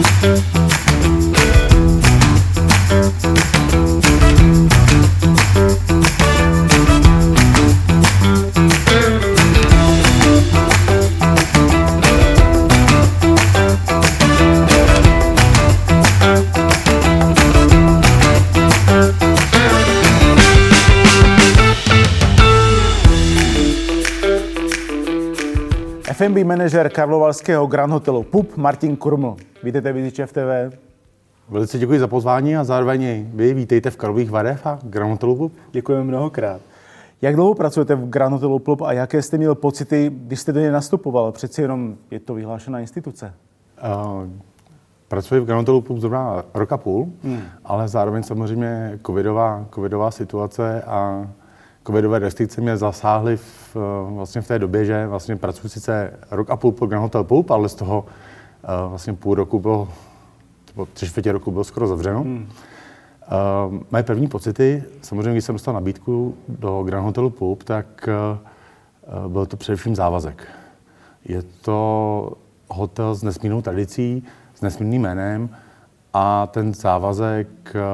F&B manažer karlovarského Grand Hotelu PUB Martin Kurml. Vítejte v Easychef TV. Velice děkuji za pozvání a zároveň vy vítejte v Karlových Varech a Grand Hotelu PUB. Děkujeme mnohokrát. Jak dlouho pracujete v Grand Hotelu PUB a jaké jste měl pocity, když jste do něj nastupoval? Přeci jenom je to vyhlášená instituce. Pracuji v Grand Hotelu PUB zhruba rok a půl, ale zároveň samozřejmě covidová situace a covidové restrikce mě zasáhly vlastně v té době, že vlastně pracuji sice rok a půl pro Grand Hotel PUB, ale z toho vlastně půl roku bylo, nebo 3/4 roku bylo skoro zavřeno. Moje první pocity, samozřejmě, když jsem dostal nabídku do Grand Hotelu PUB, tak byl to především závazek. Je to hotel s nesmírnou tradicí, s nesmírným jménem a ten závazek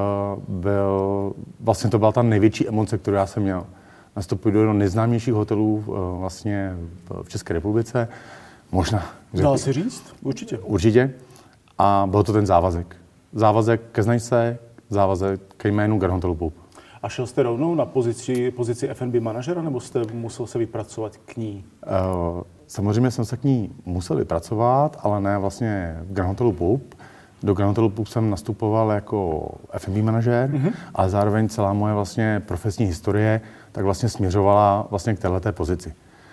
vlastně to byla ta největší emoce, kterou já jsem měl. Nastupuji do nejznámějších hotelů vlastně v České republice. Možná. Dá se říct? Určitě. Určitě. A byl to ten závazek. Závazek ke značce, závazek ke jménu Grand Hotelu PUB. A šel jste rovnou na pozici F&B manažera, nebo jste musel se vypracovat k ní? Samozřejmě jsem se k ní musel vypracovat, ale ne vlastně v Grand Hotelu PUB. Do Grand Hotelu PUB jsem nastupoval jako F&B manažer, ale zároveň celá moje vlastně profesní historie tak vlastně směřovala vlastně k téhleté pozici.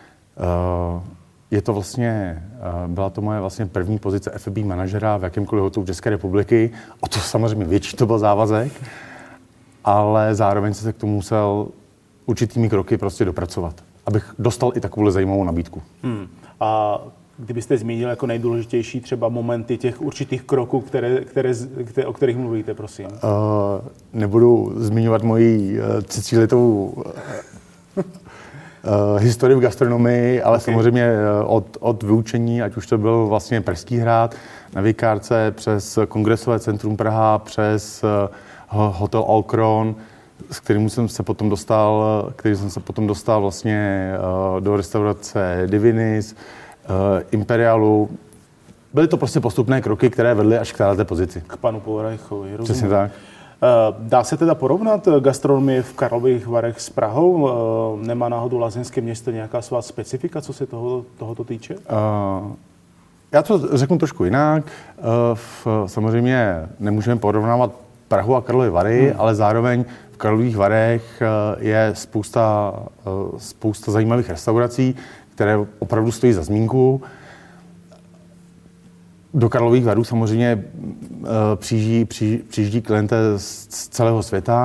Je to vlastně, byla to moje vlastně první pozice F&B manažera v jakémkoliv hotelu České republiky. O to samozřejmě větší to byl závazek, ale zároveň jsem se k tomu musel určitými kroky prostě dopracovat, abych dostal i takovou zajímavou nabídku. A kdybyste zmínil jako nejdůležitější třeba momenty těch určitých kroků, o kterých mluvíte, prosím? Nebudu zmiňovat moji 30letou historii v gastronomii, ale samozřejmě od vyučení, ať už to byl vlastně Pražský hrad, na Vikárce, přes Kongresové centrum Praha, přes hotel Alcron, s kterým jsem se potom dostal vlastně do restaurace Divinis, Imperialu. Byly to prostě postupné kroky, které vedly až k této pozici. K panu Powerreichovi, rozumím. Přesně tak. Dá se teda porovnat gastronomii v Karlových Varech s Prahou? Nemá náhodou lázeňské město nějaká svá specifika, co se tohoto týče? Já to řeknu trošku jinak. Samozřejmě nemůžeme porovnávat Prahu a Karlovy Vary, ale zároveň v Karlových Varech je spousta zajímavých restaurací, které opravdu stojí za zmínku. Do Karlových Varů samozřejmě přijíždí klienté z celého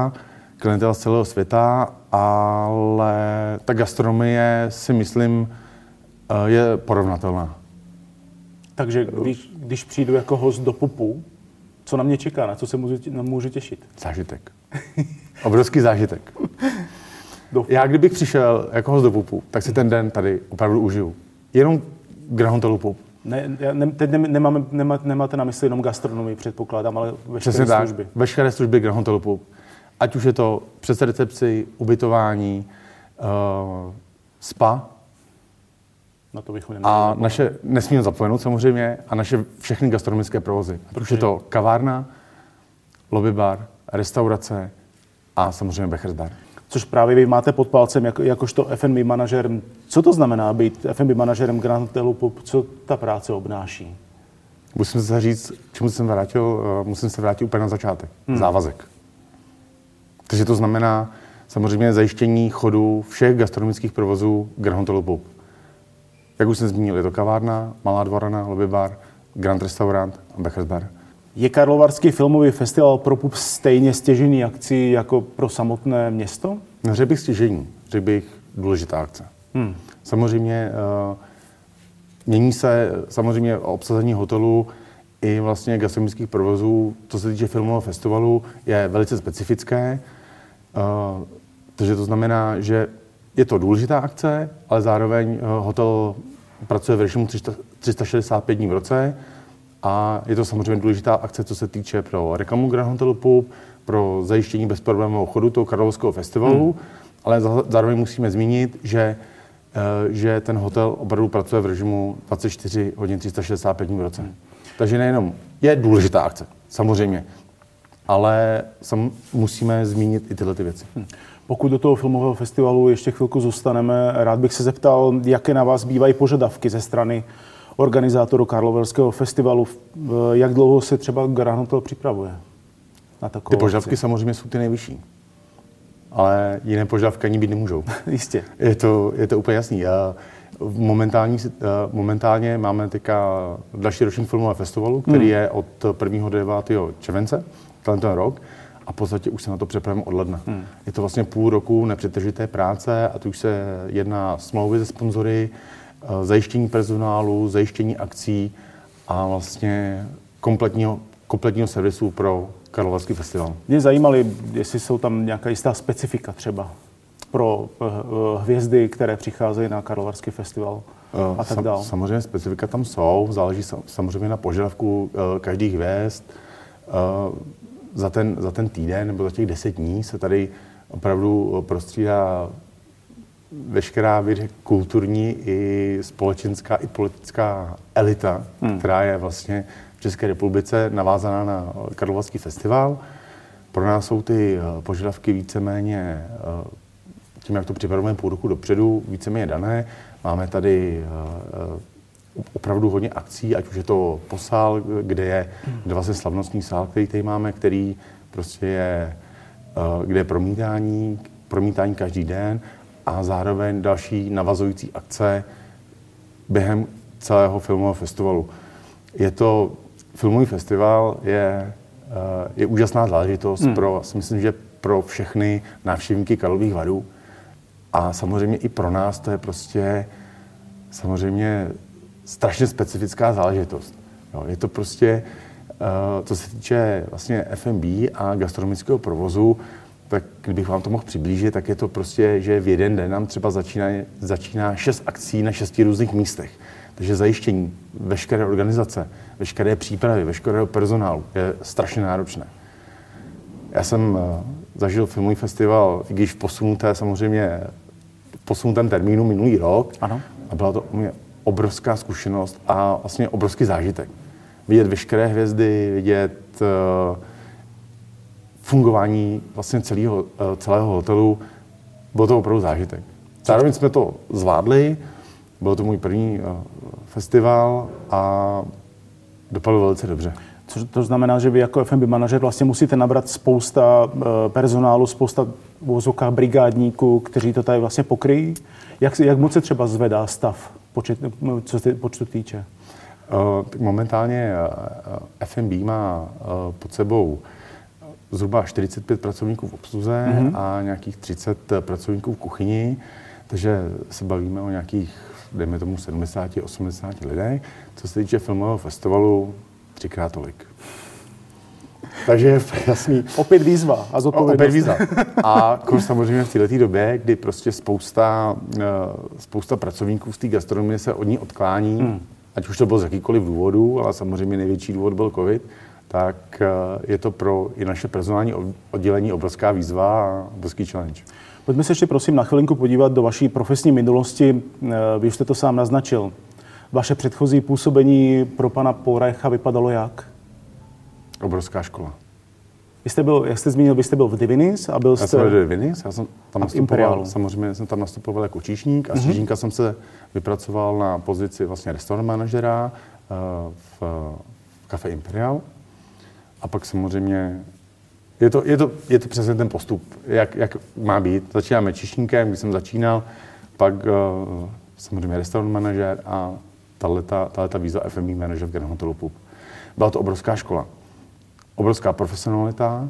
světa, ale ta gastronomie si myslím je porovnatelná. Takže když přijdu jako host do PUBu, co na mě čeká, na co se můžu těšit? Zážitek. Obrovský zážitek. Já kdybych přišel jako host do PUBu, tak si ten den tady opravdu užiju. Jenom Grand Hotelu PUB. Teď nemáte na mysli jenom gastronomii, předpokládám, ale veškeré služby. Veškeré služby Grand Hotelu PUB. Ať už je to přes recepci, ubytování, spa. Na to bychom neměli. A naše, nesmíme zapomenout samozřejmě, a naše všechny gastronomické provozy. Ať už je to kavárna, lobby bar, restaurace a samozřejmě Becher's bar. Což právě vy máte pod palcem jakožto F&B manažer. Co to znamená být F&B manažerem Grand Hotelu PUB? Co ta práce obnáší? Musím se říct, čemu jsem vrátil, musím se vrátit úplně na začátek. Závazek. Takže to znamená samozřejmě zajištění chodu všech gastronomických provozů Grand Hotelu PUB. Jak už jsem zmínil, je to kavárna, Malá dvorana, lobby bar, Grand restaurant a Becher's bar. Je Karlovarský filmový festival pro PUB stejně stěžejní akcí jako pro samotné město? No, řekl bych stěžejní, řekl bych důležitá akce. Samozřejmě mění se samozřejmě obsazení hotelu i vlastně gastronomických provozů, co se týče filmového festivalu, je velice specifické. Takže to znamená, že je to důležitá akce, ale zároveň hotel pracuje v režimu 365 dní v roce A je to samozřejmě důležitá akce, co se týče pro reklamu Grand Hotelu Pub, pro zajištění bezproblémového chodu toho Karlovarského festivalu, ale zároveň musíme zmínit, že ten hotel opravdu pracuje v režimu 24 hodin 365 dní v roce. Takže nejenom je důležitá akce, samozřejmě, ale musíme zmínit i tyhle ty věci. Pokud do toho filmového festivalu ještě chvilku zůstaneme, rád bych se zeptal, jaké na vás bývají požadavky ze strany organizátorů Karlovarského festivalu. Jak dlouho se třeba Grand Hotel připravuje na takovou Ty požadavky akci? samozřejmě jsou ty nejvyšší, ale jiné požadavky ani být nemůžou. Jistě. Je to úplně jasný. Momentálně máme teďka další ročník filmového festivalu, který je od 1. 9. července, ten rok, a v podstatě už se na to připravujeme od ledna. Je to vlastně půl roku nepřetržité práce a tu už se jedná smlouvy ze sponzory, zajištění personálu, zajištění akcí a vlastně kompletního servisu pro Karlovarský festival. Mě zajímalo, jestli jsou tam nějaká jistá specifika třeba pro hvězdy, které přicházejí na Karlovarský festival a tak dále. Samozřejmě specifika tam jsou, záleží samozřejmě na požadavku každých hvězd. Za ten týden nebo za těch 10 dní se tady opravdu prostřídá veškerá kulturní i společenská i politická elita, která je vlastně v České republice navázaná na Karlovarský festival. Pro nás jsou ty požadavky víceméně, tím, jak to připravujeme půl roku dopředu, víceméně dané. Máme tady opravdu hodně akcí, ať už je to posál, kde vlastně slavnostní sál, který tady máme, který prostě kde je promítání každý den a zároveň další navazující akce během celého filmového festivalu. Filmový festival je úžasná záležitost myslím, že pro všechny návštěvníky Karlových Varů a samozřejmě i pro nás to je prostě samozřejmě strašně specifická záležitost. Jo, je to prostě, co se týče vlastně F&B a gastronomického provozu, tak kdybych vám to mohl přiblížit, tak je to prostě, že v jeden den nám třeba začíná 6 akcí na 6 různých místech. Takže zajištění veškeré organizace, veškeré přípravy, veškerého personálu je strašně náročné. Já jsem zažil filmový festival, i když v posunutém termínu minulý rok. Ano. A byla to u mě obrovská zkušenost a vlastně obrovský zážitek. Vidět veškeré hvězdy, vidět fungování vlastně celého hotelu, bylo to opravdu zážitek. Zároveň jsme to zvládli, byl to můj první festival a dopadlo velice dobře. Což to znamená, že vy jako F&B manažer vlastně musíte nabrat spousta personálu, spousta v uvozovkách brigádníků, kteří to tady vlastně pokryjí. Jak moc se třeba zvedá stav, co se počtu týče? Momentálně F&B má pod sebou zhruba 45 pracovníků v obsluze a nějakých 30 pracovníků v kuchyni, takže se bavíme o nějakých, dejme tomu, 70-80 lidech. Co se týče filmového festivalu, 3x tolik. Takže je jasný. Opět výzva a zodpovědnost. Opět výzva. A samozřejmě v této době, kdy prostě spousta pracovníků z té gastronomie se od ní odklání, ať už to bylo z jakýkoliv důvodů, ale samozřejmě největší důvod byl covid, tak je to pro i naše personální oddělení obrovská výzva a obrovský challenge. Pojďme se ještě prosím na chvilinku podívat do vaší profesní minulosti. Vy už jste to sám naznačil. Vaše předchozí působení pro pana Porecha vypadalo jak? Obrovská škola. Jak jste zmínil, vy jste byl v Divinis a byl jste... Já jsem byl v Divinis, já jsem tam nastupoval, samozřejmě jsem tam nastupoval jako číšník a z číšníka jsem se vypracoval na pozici vlastně restaurant manažera v Café Imperial. A pak samozřejmě je to přesně ten postup, jak má být. Začínáme číšníkem, když jsem začínal, pak samozřejmě restaurant manažer a tahleta výzva F&B manažer v Grand Hotelu Pub. Byla to obrovská škola. Obrovská profesionalita,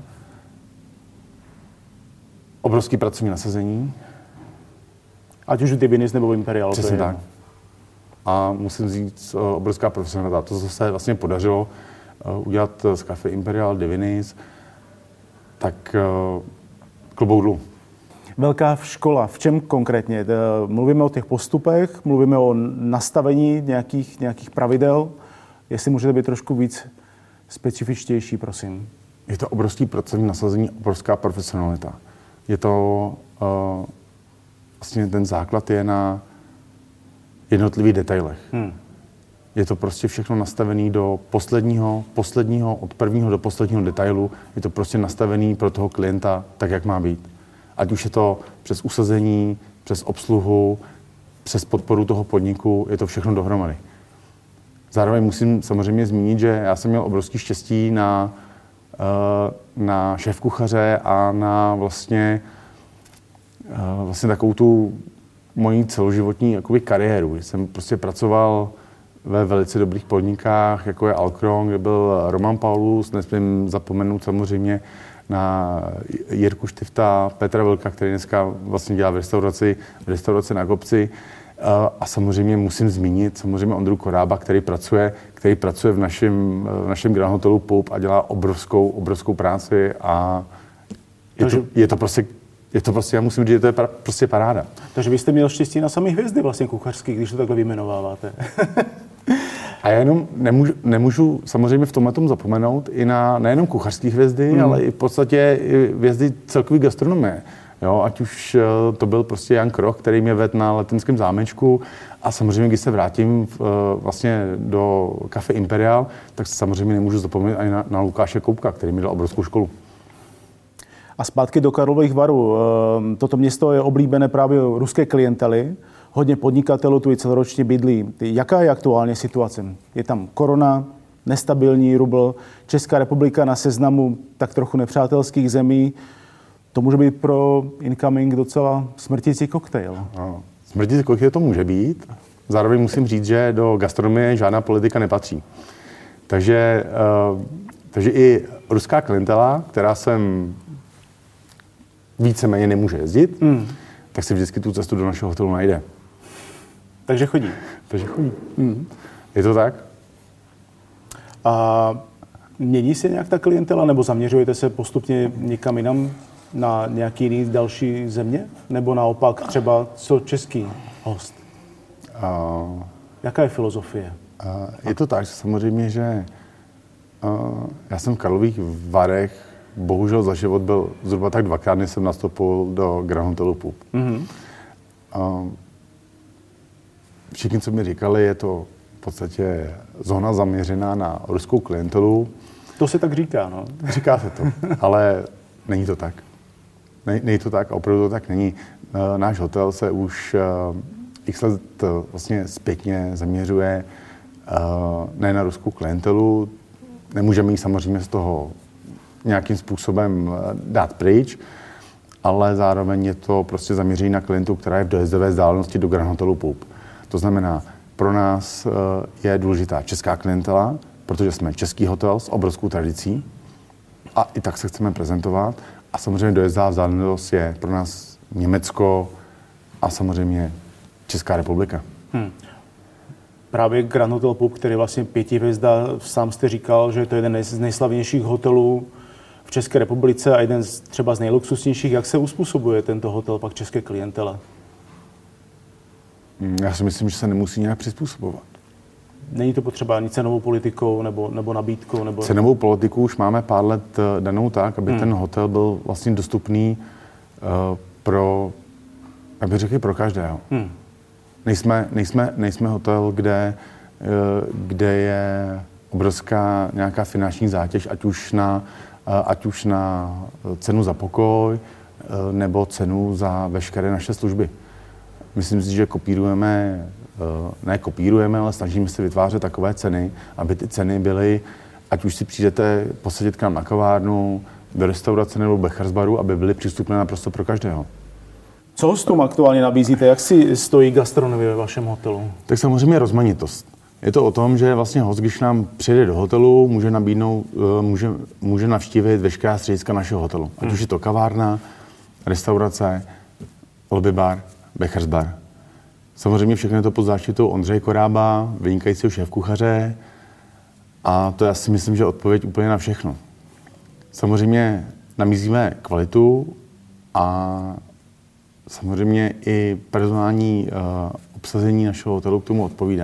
obrovský pracovní nasazení. Ať už v Divinis nebo v Imperial. Přesně tak. A musím říct, obrovská profesionalita. To, co se vlastně podařilo udělat z Café Imperial, Divinis, tak klobouk dolů. Velká škola. V čem konkrétně? Mluvíme o těch postupech, mluvíme o nastavení nějakých pravidel. Jestli můžete být trošku víc specifičtější, prosím. Je to obrovský procent nasazení, obrovská profesionalita. Je to, vlastně ten základ je na jednotlivých detailech. Je to prostě všechno nastavené do posledního, od prvního do posledního detailu. Je to prostě nastavené pro toho klienta tak, jak má být. Ať už je to přes usazení, přes obsluhu, přes podporu toho podniku, je to všechno dohromady. Zároveň musím samozřejmě zmínit, že já jsem měl obrovský štěstí na šéfkuchaře a na vlastně takovou tu moji celoživotní jakoby kariéru. Jsem prostě pracoval ve velice dobrých podnikách, jako je Alcron, kde byl Roman Paulus, nesmím zapomenout samozřejmě na Jirku Štifta, Petra Vilka, který dneska vlastně dělá v restauraci na Kopci. A samozřejmě musím zmínit samozřejmě Ondru Korába, který pracuje v našem Grand Hotelu Pup a dělá obrovskou práci a je to prostě, já musím říct, že to je prostě paráda. Takže byste měl štěstí na samé hvězdy vlastně kuchařský, když to takhle vyjmenováváte. A já jenom nemůžu samozřejmě v tomhle tomu zapomenout i na nejenom kuchařské hvězdy, ale i v podstatě i hvězdy celkové gastronomie. Jo, ať už to byl prostě Jan Kroch, který mě vedl na Letenském zámečku a samozřejmě, když se vrátím vlastně do Café Imperial, tak samozřejmě nemůžu zapomenout ani na Lukáše Koupka, který mi dal obrovskou školu. A zpátky do Karlových Varů. Toto město je oblíbené právě ruské klientely. Hodně podnikatelů tu i celoročně bydlí. Jaká je aktuálně situace? Je tam korona, nestabilní rubl, Česká republika na seznamu tak trochu nepřátelských zemí. To může být pro incoming docela smrtící koktejl. No, smrtící koktejl to může být. Zároveň musím říct, že do gastronomie žádná politika nepatří. Takže i ruská klientela, která sem víceméně nemůže jezdit, tak si vždycky tu cestu do našeho hotelu najde. Takže chodí. Je to tak? A mění se nějak ta klientela, nebo zaměřujete se postupně někam jinam na nějaký jiný další země? Nebo naopak třeba co český host? Jaká je filozofie? Je to tak, samozřejmě, že já jsem v Karlových Varech bohužel za život byl zhruba tak dvakrát, než jsem nastoupil do Grand Hotelu Pup. Všichni, co mi říkali, je to v podstatě zóna zaměřená na ruskou klientelu. To se tak říká, no. Říká se to, ale není to tak. Není to tak a opravdu to tak není. Náš hotel se už x let vlastně zpětně zaměřuje ne na ruskou klientelu. Nemůžeme ji samozřejmě z toho nějakým způsobem dát pryč, ale zároveň je to prostě zaměření na klientu, která je v dojezdové vzdálenosti do Grand Hotelu Pup. To znamená, pro nás je důležitá česká klientela, protože jsme český hotel s obrovskou tradicí a i tak se chceme prezentovat. A samozřejmě dojezdová vzdálenost je pro nás Německo a samozřejmě Česká republika. Právě Grand Hotel Pup, který je vlastně 5 hvězda, sám jste říkal, že to je jeden z nejslavnějších hotelů v České republice a jeden třeba z nejluxusnějších. Jak se uspůsobuje tento hotel pak české klientele? Já si myslím, že se nemusí nějak přizpůsobovat. Není to potřeba ani cenovou politikou nebo nabídkou? Nebo... Cenovou politiku už máme pár let danou tak, aby ten hotel byl vlastně dostupný pro, aby řekli, pro každého. Nejsme hotel, kde je obrovská nějaká finanční zátěž, ať už na cenu za pokoj nebo cenu za veškeré naše služby. Myslím si, že kopírujeme, ale snažíme se vytvářet takové ceny, aby ty ceny byly, ať už si přijdete posadit k nám na kavárnu, do restaurace nebo Bechersbaru, aby byly přístupné naprosto pro každého. Co hostům aktuálně nabízíte? Jak si stojí gastronomie ve vašem hotelu? Tak samozřejmě rozmanitost. Je to o tom, že vlastně host, když nám přijde do hotelu, může navštívit veškerá střediska našeho hotelu. Ať už je to kavárna, restaurace, lobbybar, Bechersbar. Samozřejmě všechno je to pod záštitou Ondřeje Korába, vynikajícího šéfkuchaře a to já si myslím, že je odpověď úplně na všechno. Samozřejmě nabízíme kvalitu a samozřejmě i personální obsazení našeho hotelu k tomu odpovídá.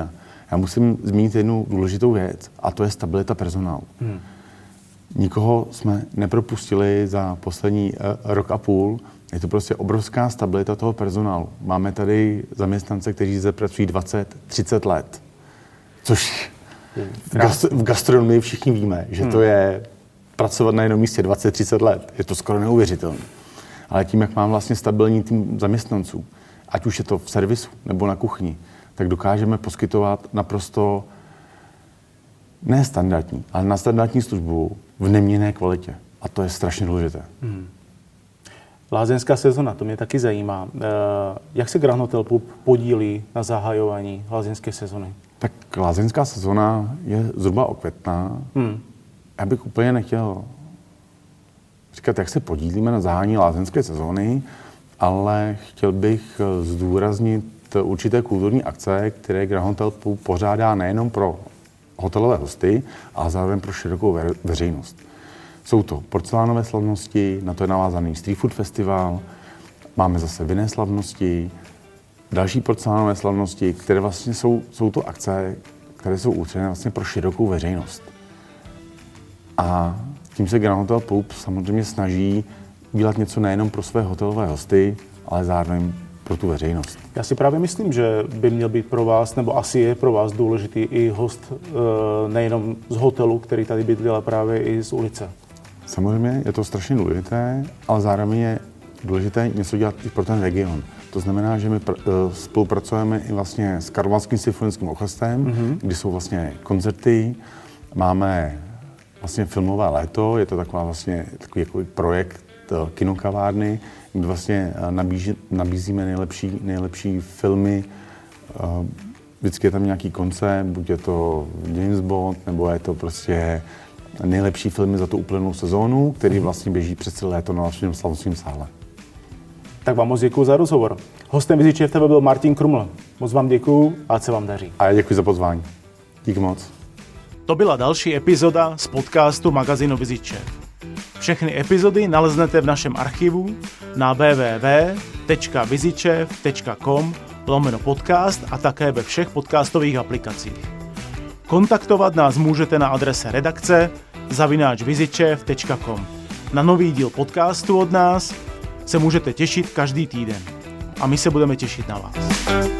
Já musím zmínit jednu důležitou věc, a to je stabilita personálu. Nikoho jsme nepropustili za poslední rok a půl. Je to prostě obrovská stabilita toho personálu. Máme tady zaměstnance, kteří zde pracují 20-30 let. Což v gastronomii všichni víme, že to je pracovat na jednom místě 20-30 let. Je to skoro neuvěřitelné. Ale tím, jak mám vlastně stabilní tým zaměstnanců, ať už je to v servisu nebo na kuchyni, tak dokážeme poskytovat naprosto ne standardní, ale na standardní službu v neměnné kvalitě. A to je strašně důležité. Lázeňská sezona, to mě taky zajímá. Jak se Grand Hotel Pub podílí na zahajování lázeňské sezony? Tak lázeňská sezona je zhruba od května. Já bych úplně nechtěl říkat, jak se podílíme na zahájení lázeňské sezóny, ale chtěl bych zdůraznit určité kulturní akce, které Grand Hotel Pub pořádá nejenom pro hotelové hosty, ale zároveň pro širokou veřejnost. Jsou to porcelánové slavnosti, na to je navázaný Street Food Festival, máme zase vinné slavnosti, další porcelánové slavnosti, které vlastně jsou to akce, které jsou určené vlastně pro širokou veřejnost. A tím se Grand Hotel Pub samozřejmě snaží udělat něco nejenom pro své hotelové hosty, ale zároveň pro tu veřejnost. Já si právě myslím, že by měl být pro vás, nebo asi je pro vás důležitý i host nejenom z hotelu, který tady bydlí, ale právě i z ulice. Samozřejmě je to strašně důležité, ale zároveň je důležité něco dělat i pro ten region. To znamená, že my spolupracujeme i vlastně s Karlovarským symfonickým orchestrem, kdy jsou vlastně koncerty, máme vlastně filmové léto, je to takový jako projekt kinokavárny, kde vlastně nabízíme nejlepší filmy. Vždycky je tam nějaký koncept, buď je to James Bond, nebo je to prostě nejlepší filmy za tu uplynulou sezónu, který vlastně běží přes celé léto na našem slavnostním sále. Tak vám moc děkuji za rozhovor. Hostem Viziče FTV byl Martin Kruml. Moc vám děkuji a ať se vám daří. A já děkuji za pozvání. Díky moc. To byla další epizoda z podcastu magazínu Viziče. Všechny epizody naleznete v našem archivu na www.vizičev.com/podcast a také ve všech podcastových aplikacích. Kontaktovat nás můžete na adrese redakce@vizičev.com. Na nový díl podcastu od nás se můžete těšit každý týden. A my se budeme těšit na vás.